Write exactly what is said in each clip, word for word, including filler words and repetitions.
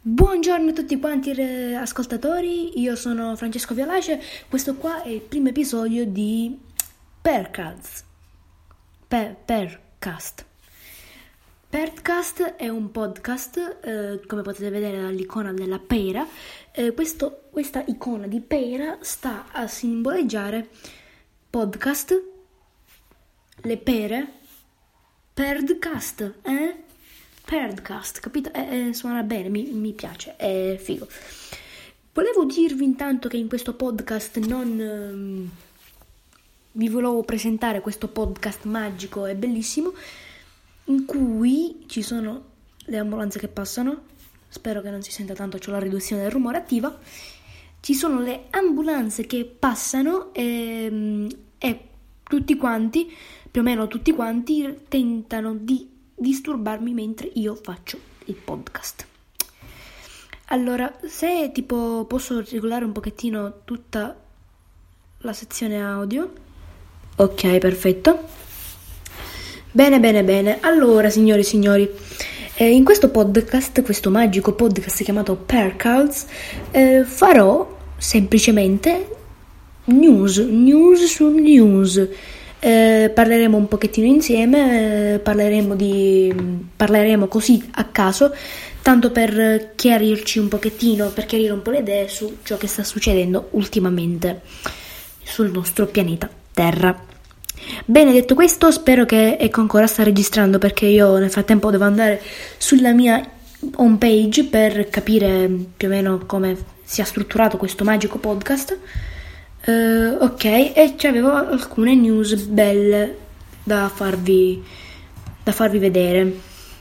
Buongiorno a tutti quanti re- ascoltatori, io sono Francesco Violace, questo qua è il primo episodio di Percast. Per, Percast. Percast è un podcast, eh, come potete vedere dall'icona della pera. Eh, questo, questa icona di pera sta a simboleggiare podcast, le pere, Perdcast, eh? Perdcast, capito? Eh, eh, suona bene, mi, mi piace, è figo. Volevo dirvi intanto che in questo podcast non ehm, vi volevo presentare questo podcast magico e bellissimo in cui ci sono le ambulanze che passano. Spero che non si senta tanto, c'ho la riduzione del rumore attiva. Ci sono le ambulanze che passano e, e tutti quanti, più o meno tutti quanti, tentano di disturbarmi mentre io faccio il podcast. Allora, se tipo posso regolare un pochettino tutta la sezione audio. Ok, perfetto. Bene, bene, bene. Allora, signori e signori, eh, in questo podcast, questo magico podcast chiamato Percast, eh, farò semplicemente news, news su news. Eh, parleremo un pochettino insieme, eh, parleremo di parleremo così a caso, tanto per chiarirci un pochettino, per chiarire un po' le idee su ciò che sta succedendo ultimamente sul nostro pianeta Terra. Bene, detto questo, spero che ecco ancora sta registrando, perché io nel frattempo devo andare sulla mia home page per capire più o meno come sia strutturato questo magico podcast. Uh, ok, e c'avevo alcune news belle da farvi da farvi vedere.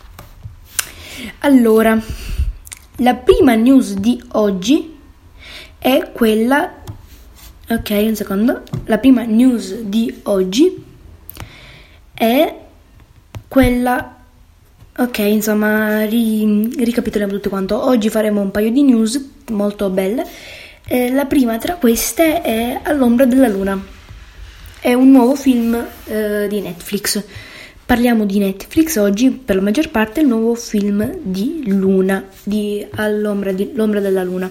Allora, la prima news di oggi è quella ok, un secondo. La prima news di oggi è quella ok, insomma, ri, ricapitoliamo tutto quanto. Oggi faremo un paio di news molto belle. Eh, la prima tra queste è All'ombra della luna. È un nuovo film eh, di Netflix. Parliamo di Netflix oggi, per la maggior parte, il nuovo film di Luna, di All'ombra di, l'ombra della luna.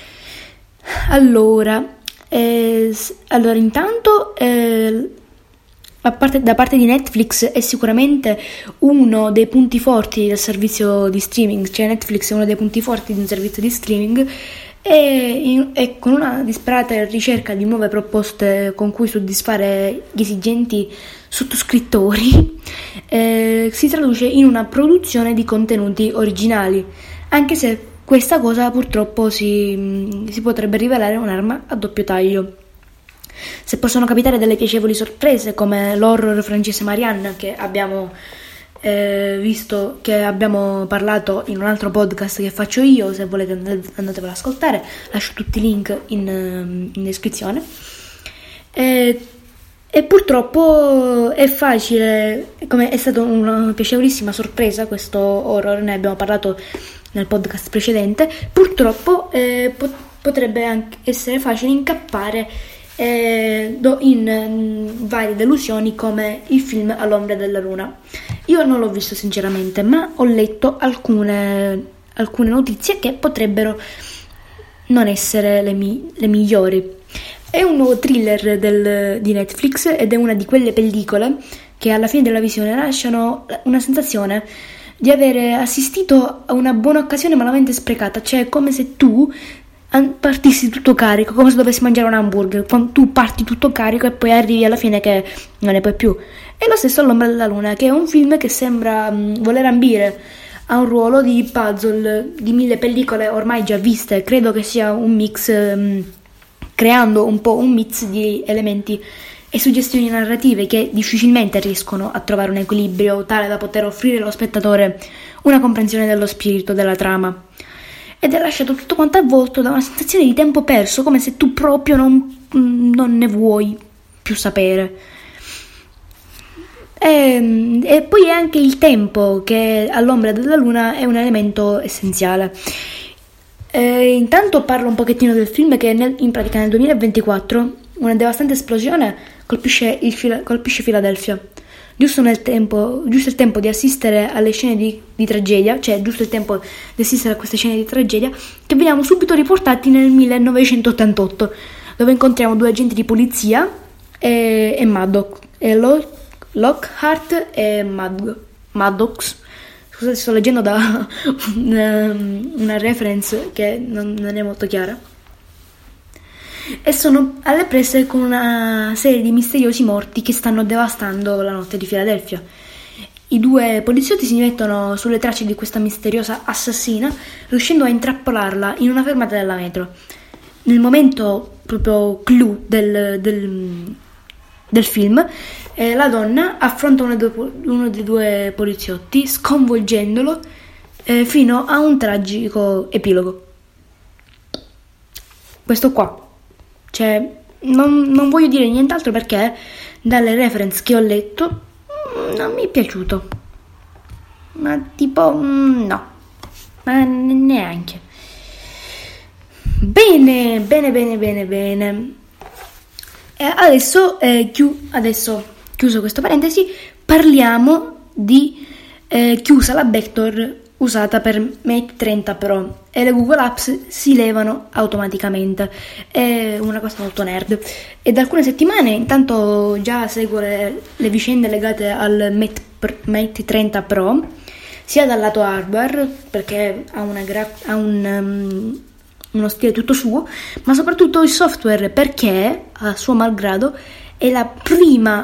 Allora, eh, allora intanto eh, a parte, da parte di Netflix è sicuramente uno dei punti forti del servizio di streaming, cioè Netflix è uno dei punti forti di un servizio di streaming. E, in, e con una disperata ricerca di nuove proposte con cui soddisfare gli esigenti sottoscrittori, eh, si traduce in una produzione di contenuti originali, anche se questa cosa purtroppo si, si potrebbe rivelare un'arma a doppio taglio. Se possono capitare delle piacevoli sorprese come l'horror francese Marianne, che abbiamo Eh, visto che abbiamo parlato in un altro podcast che faccio io, se volete andatevelo ad ascoltare, lascio tutti i link in, in descrizione. E, e purtroppo è facile, come è stata una piacevolissima sorpresa questo horror, ne abbiamo parlato nel podcast precedente. Purtroppo eh, pot- potrebbe anche essere facile incappare eh, in, in varie delusioni come il film All'ombra della luna. Io non l'ho visto sinceramente, ma ho letto alcune, alcune notizie che potrebbero non essere le, mi, le migliori. È un nuovo thriller del, di Netflix ed è una di quelle pellicole che alla fine della visione lasciano una sensazione di avere assistito a una buona occasione malamente sprecata, cioè come se tu partissi tutto carico, come se dovessi mangiare un hamburger, quando tu parti tutto carico e poi arrivi alla fine che non ne puoi più. E lo stesso All'ombra della luna, che è un film che sembra mh, voler ambire a un ruolo di puzzle di mille pellicole ormai già viste. Credo che sia un mix, mh, creando un po' un mix di elementi e suggestioni narrative che difficilmente riescono a trovare un equilibrio tale da poter offrire allo spettatore una comprensione dello spirito della trama. Ed è lasciato tutto quanto avvolto da una sensazione di tempo perso, come se tu proprio non, non ne vuoi più sapere. E, e poi è anche il tempo, che All'ombra della luna è un elemento essenziale. E intanto parlo un pochettino del film, che nel, in pratica nel duemilaventiquattro una devastante esplosione colpisce, il, colpisce Filadelfia, giusto nel tempo, giusto il tempo di assistere alle scene di, di tragedia, cioè giusto il tempo di assistere a queste scene di tragedia, che veniamo subito riportati nel millenovecentottantotto, dove incontriamo due agenti di polizia e, e Maddox, e Lo, Lockhart e Mad, Maddox. Scusate, sto leggendo da una, una reference che non, non è molto chiara. E sono alle prese con una serie di misteriosi morti che stanno devastando la notte di Filadelfia. I due poliziotti si mettono sulle tracce di questa misteriosa assassina, riuscendo a intrappolarla in una fermata della metro. Nel momento proprio clou del, del, del film, eh, la donna affronta uno dei, uno dei due poliziotti, sconvolgendolo eh, fino a un tragico epilogo. Questo qua. Cioè, non, non voglio dire nient'altro perché dalle reference che ho letto non mi è piaciuto. Ma tipo, no. Ma neanche. Bene, bene, bene, bene, bene. E adesso, eh, chi- adesso, chiuso questo parentesi, parliamo di eh, chiusa la backdoor usata per Mate trenta Pro e le Google Apps si levano automaticamente. È una cosa molto nerd. E da alcune settimane intanto già seguo le, le vicende legate al Mate, Mate trenta Pro, sia dal lato hardware, perché ha, una gra- ha un, um, uno stile tutto suo, ma soprattutto il software, perché a suo malgrado è la prima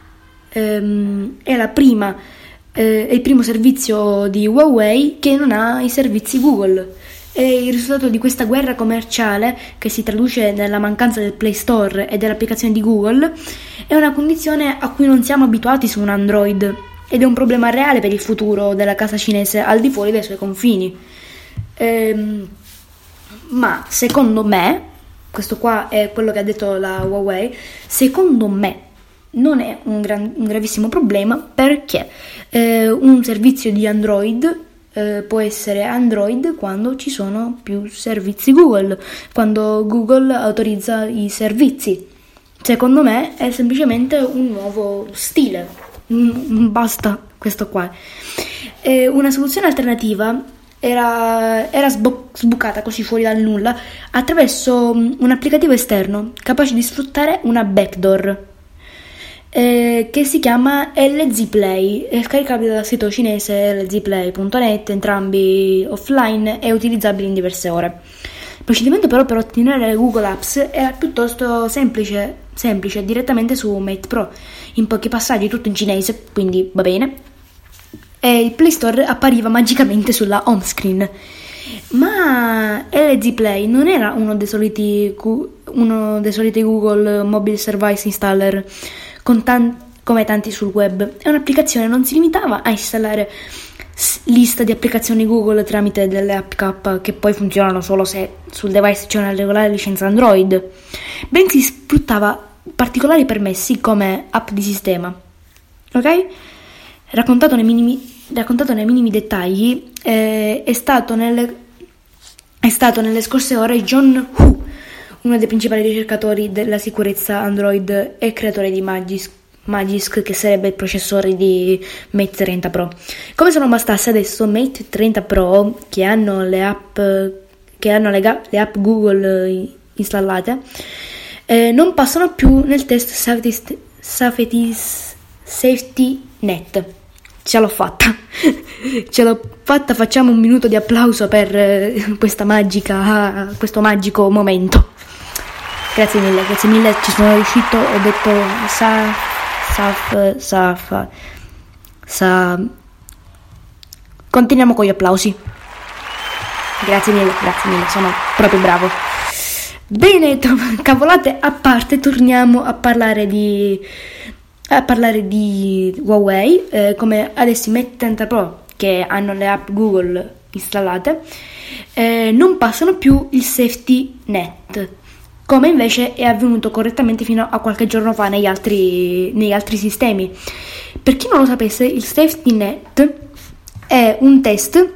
um, è la prima è il primo servizio di Huawei che non ha i servizi Google. E il risultato di questa guerra commerciale, che si traduce nella mancanza del Play Store e dell'applicazione di Google, è una condizione a cui non siamo abituati su un Android ed è un problema reale per il futuro della casa cinese al di fuori dei suoi confini. Ehm, ma secondo me, questo qua è quello che ha detto la Huawei, secondo me non è un, gran, un gravissimo problema, perché eh, un servizio di Android eh, può essere Android quando ci sono più servizi Google, quando Google autorizza i servizi. Secondo me è semplicemente un nuovo stile, mm, basta questo qua. Eh, una soluzione alternativa era, era sbo- sbucata così fuori dal nulla attraverso un applicativo esterno capace di sfruttare una backdoor Eh, che si chiama L Z Play, è scaricabile dal sito cinese l z play punto net, entrambi offline e utilizzabili in diverse ore. Il procedimento però per ottenere Google Apps era piuttosto semplice, semplice direttamente su Mate Pro, in pochi passaggi, tutto in cinese, quindi va bene, e il Play Store appariva magicamente sulla home screen. Ma L Z Play non era uno dei soliti, uno dei soliti Google Mobile Service Installer, con tan- come tanti sul web. È un'applicazione, non si limitava a installare s- lista di applicazioni Google tramite delle app K che poi funzionano solo se sul device c'è una regolare licenza Android, bensì sfruttava particolari permessi come app di sistema. Ok? Raccontato nei minimi, raccontato nei minimi dettagli, eh, è stato nelle è stato nelle scorse ore John Hu, uno dei principali ricercatori della sicurezza Android e creatore di Magisk, Magisk, che sarebbe il processore di Mate trenta Pro. Come se non bastasse, adesso Mate trenta Pro, che hanno le app, che hanno le, ga- le app Google installate, eh, non passano più nel test Safety, Safety, Safety Net. Ce l'ho fatta, ce l'ho fatta, facciamo un minuto di applauso per eh, questa magica, questo magico momento. Grazie mille, grazie mille, ci sono riuscito, ho detto sa, saf, saf, sa. Continuiamo con gli applausi. Grazie mille, grazie mille, sono proprio bravo. Bene, to- cavolate a parte, torniamo a parlare di a parlare di Huawei, eh, come adesso i Mate trenta Pro, che hanno le app Google installate, eh, non passano più il Safety Net, come invece è avvenuto correttamente fino a qualche giorno fa negli altri, negli altri sistemi. Per chi non lo sapesse, il Safety Net è un test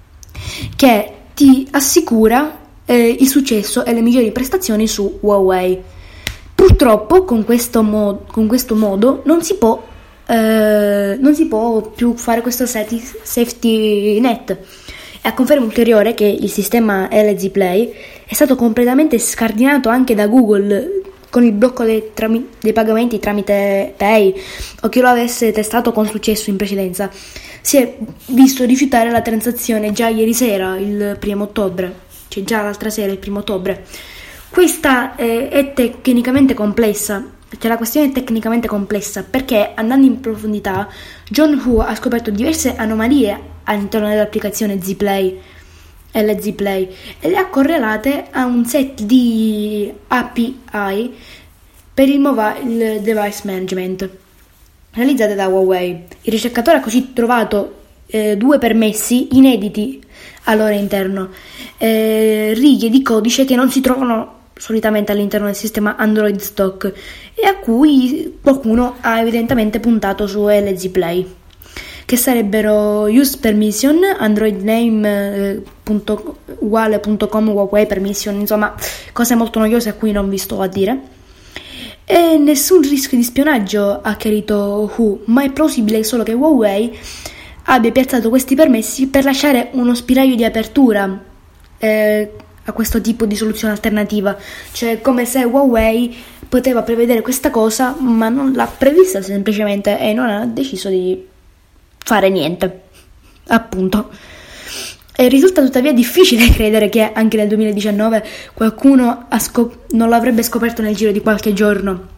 che ti assicura eh, il successo e le migliori prestazioni su Huawei. Purtroppo con questo, mod- con questo modo non si può eh, non si può più fare questo safety net. E a conferma ulteriore che il sistema L Z Play è stato completamente scardinato anche da Google con il blocco dei, tram- dei pagamenti tramite Pay, o chi lo avesse testato con successo in precedenza si è visto rifiutare la transazione già ieri sera, il primo ottobre, cioè già l'altra sera, il primo ottobre. Questa eh, è tecnicamente complessa, cioè la questione è tecnicamente complessa perché, andando in profondità, John Hu ha scoperto diverse anomalie all'interno dell'applicazione Z-Play, L Z Play, e le ha correlate a un set di A P I per il mobile device management realizzate da Huawei. Il ricercatore ha così trovato eh, due permessi inediti al loro interno, eh, righe di codice che non si trovano solitamente all'interno del sistema Android stock e a cui qualcuno ha evidentemente puntato su L Z Play, che sarebbero use permission, android name eh, punto, uguale punto com, Huawei permission, insomma cose molto noiose a cui non vi sto a dire. E nessun rischio di spionaggio, ha chiarito Hu, ma è plausibile solo che Huawei abbia piazzato questi permessi per lasciare uno spiraglio di apertura eh, a questo tipo di soluzione alternativa, cioè come se Huawei poteva prevedere questa cosa ma non l'ha prevista semplicemente e non ha deciso di fare niente, appunto. E risulta tuttavia difficile credere che anche nel duemiladiciannove qualcuno ha scop- non l'avrebbe scoperto nel giro di qualche giorno.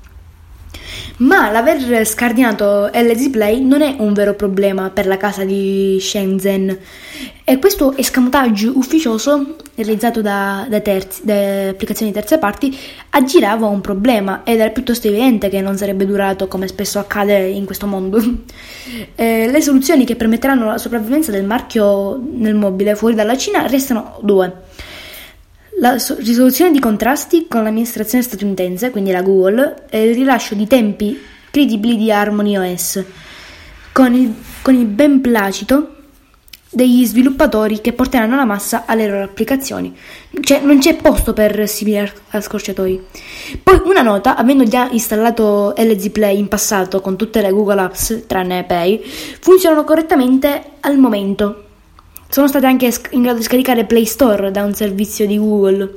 Ma l'aver scardinato L Z Play non è un vero problema per la casa di Shenzhen, e questo escamotage ufficioso realizzato da, da, terzi, da applicazioni di terze parti aggirava un problema ed era piuttosto evidente che non sarebbe durato, come spesso accade in questo mondo. Eh, le soluzioni che permetteranno la sopravvivenza del marchio nel mobile fuori dalla Cina restano due: la risoluzione di contrasti con l'amministrazione statunitense, quindi la Google, e il rilascio di tempi credibili di Harmony O S, con il, con il benplacito degli sviluppatori che porteranno la massa alle loro applicazioni. Cioè, non c'è posto per simili scorciatoi. Poi una nota: avendo già installato L Z Play in passato con tutte le Google Apps, tranne Pay, funzionano correttamente al momento. Sono state anche in grado di scaricare Play Store da un servizio di Google.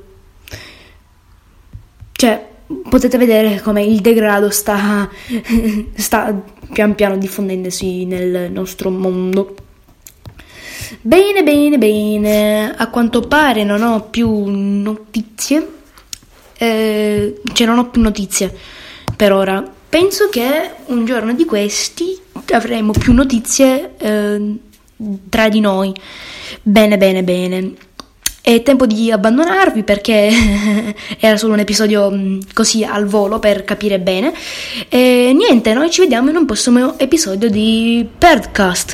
Cioè, potete vedere come il degrado sta, sta pian piano diffondendosi nel nostro mondo. Bene, bene, bene. A quanto pare non ho più notizie. Eh, cioè, non ho più notizie per ora. Penso che un giorno di questi avremo più notizie eh, tra di noi. Bene, bene, bene. È tempo di abbandonarvi perché era solo un episodio così al volo per capire bene. E niente, noi ci vediamo in un prossimo episodio di Perdcast.